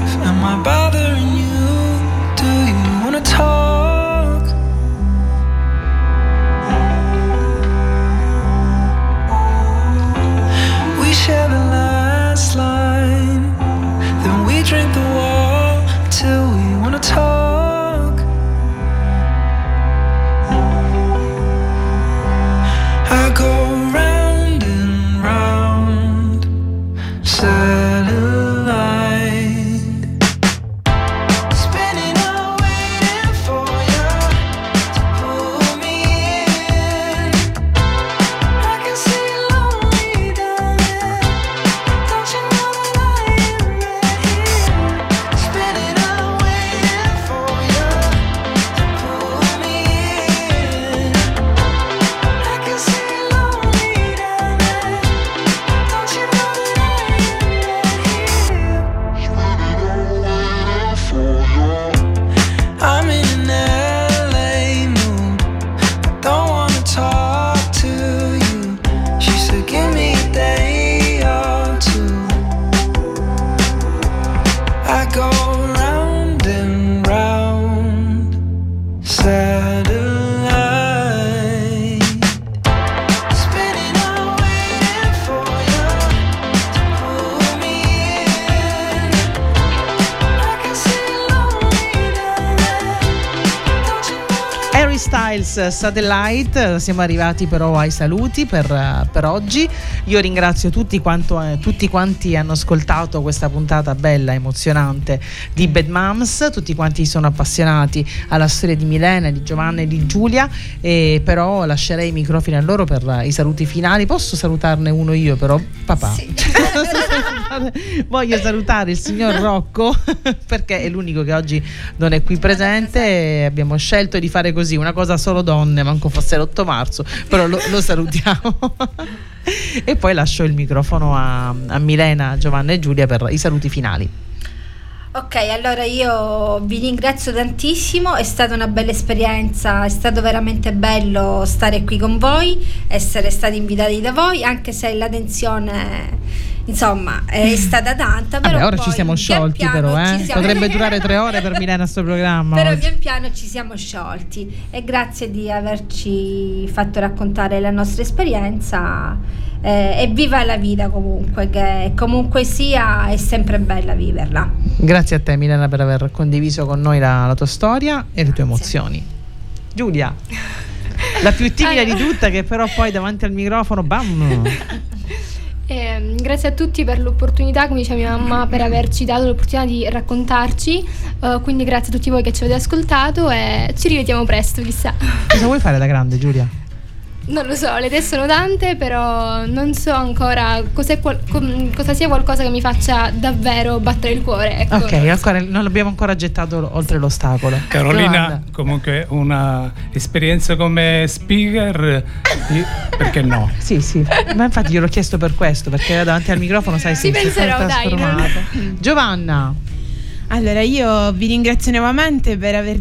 Styles, Satellite. Siamo arrivati però ai saluti per oggi. Io ringrazio tutti quanti hanno ascoltato questa puntata bella, emozionante di Bad Moms, tutti quanti sono appassionati alla storia di Milena, di Giovanna e di Giulia, e però lascerei i microfoni a loro per i saluti finali. Posso salutarne uno io però, papà? Sì. Voglio salutare il signor Rocco perché è l'unico che oggi non è qui presente e abbiamo scelto di fare così, una cosa solo donne, manco fosse l'8 marzo, però lo salutiamo. E poi lascio il microfono a Milena, Giovanna e Giulia per i saluti finali. Ok, allora io vi ringrazio tantissimo, è stata una bella esperienza, è stato veramente bello stare qui con voi, essere stati invitati da voi, anche se la tensione insomma è stata tanta, però ora ci siamo sciolti, però potrebbe durare 3 ore per Milena sto programma, però oggi. Pian piano ci siamo sciolti e grazie di averci fatto raccontare la nostra esperienza. E viva la vita comunque, che comunque sia è sempre bella viverla. Grazie a te Milena per aver condiviso con noi la tua storia e le tue emozioni. Giulia, la più timida di tutte, che però poi davanti al microfono bam. Grazie a tutti per l'opportunità, come diceva mia mamma, per averci dato l'opportunità di raccontarci, quindi grazie a tutti voi che ci avete ascoltato e ci rivediamo presto, chissà. Cosa vuoi fare da grande, Giulia? Non lo so, le idee sono tante, però non so ancora cosa sia qualcosa che mi faccia davvero battere il cuore, ecco. Ok, ancora, non l'abbiamo ancora gettato oltre l'ostacolo. Carolina, comunque una esperienza come speaker, perché no? Sì, ma infatti gliel'ho chiesto per questo, perché davanti al microfono sai si penserò, trasformato. Giovanna. Allora io vi ringrazio nuovamente per averci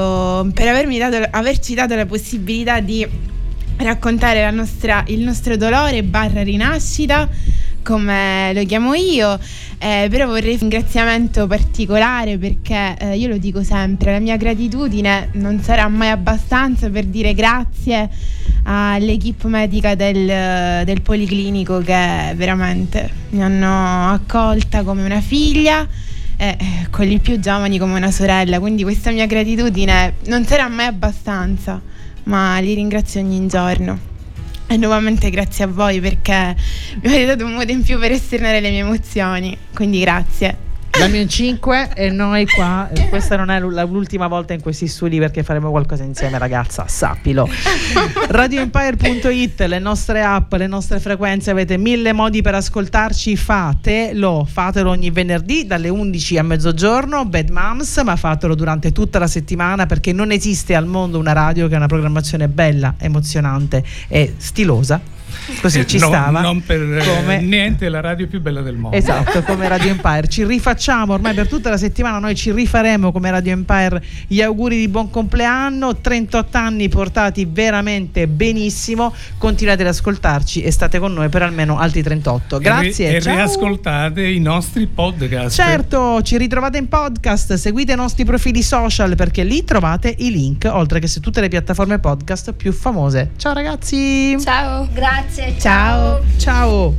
dato la possibilità di raccontare il nostro dolore / rinascita, come lo chiamo io, però vorrei un ringraziamento particolare perché io lo dico sempre, la mia gratitudine non sarà mai abbastanza per dire grazie all'equipe medica del Policlinico, che veramente mi hanno accolta come una figlia, quelli più giovani come una sorella, quindi questa mia gratitudine non sarà mai abbastanza, ma li ringrazio ogni giorno. E nuovamente grazie a voi perché mi avete dato un modo in più per esternare le mie emozioni, quindi grazie. Dammi un 5 e noi qua, questa non è l'ultima volta in questi studi perché faremo qualcosa insieme, ragazza, sappilo. RadioEmpire.it, le nostre app, le nostre frequenze, avete 1000 modi per ascoltarci, fatelo ogni venerdì dalle 11 a mezzogiorno, Bad Moms, ma fatelo durante tutta la settimana perché non esiste al mondo una radio che ha una programmazione bella, emozionante e stilosa. Così ci stava. Non per niente la radio più bella del mondo. Esatto, come Radio Empire. Ci rifacciamo ormai per tutta la settimana, noi ci rifaremo come Radio Empire gli auguri di buon compleanno, 38 anni portati veramente benissimo, continuate ad ascoltarci e state con noi per almeno altri 38. Grazie. E riascoltate i nostri podcast. Certo, ci ritrovate in podcast, seguite i nostri profili social perché lì trovate i link, oltre che su tutte le piattaforme podcast più famose. Ciao ragazzi. Ciao. Grazie. Ciao. Ciao.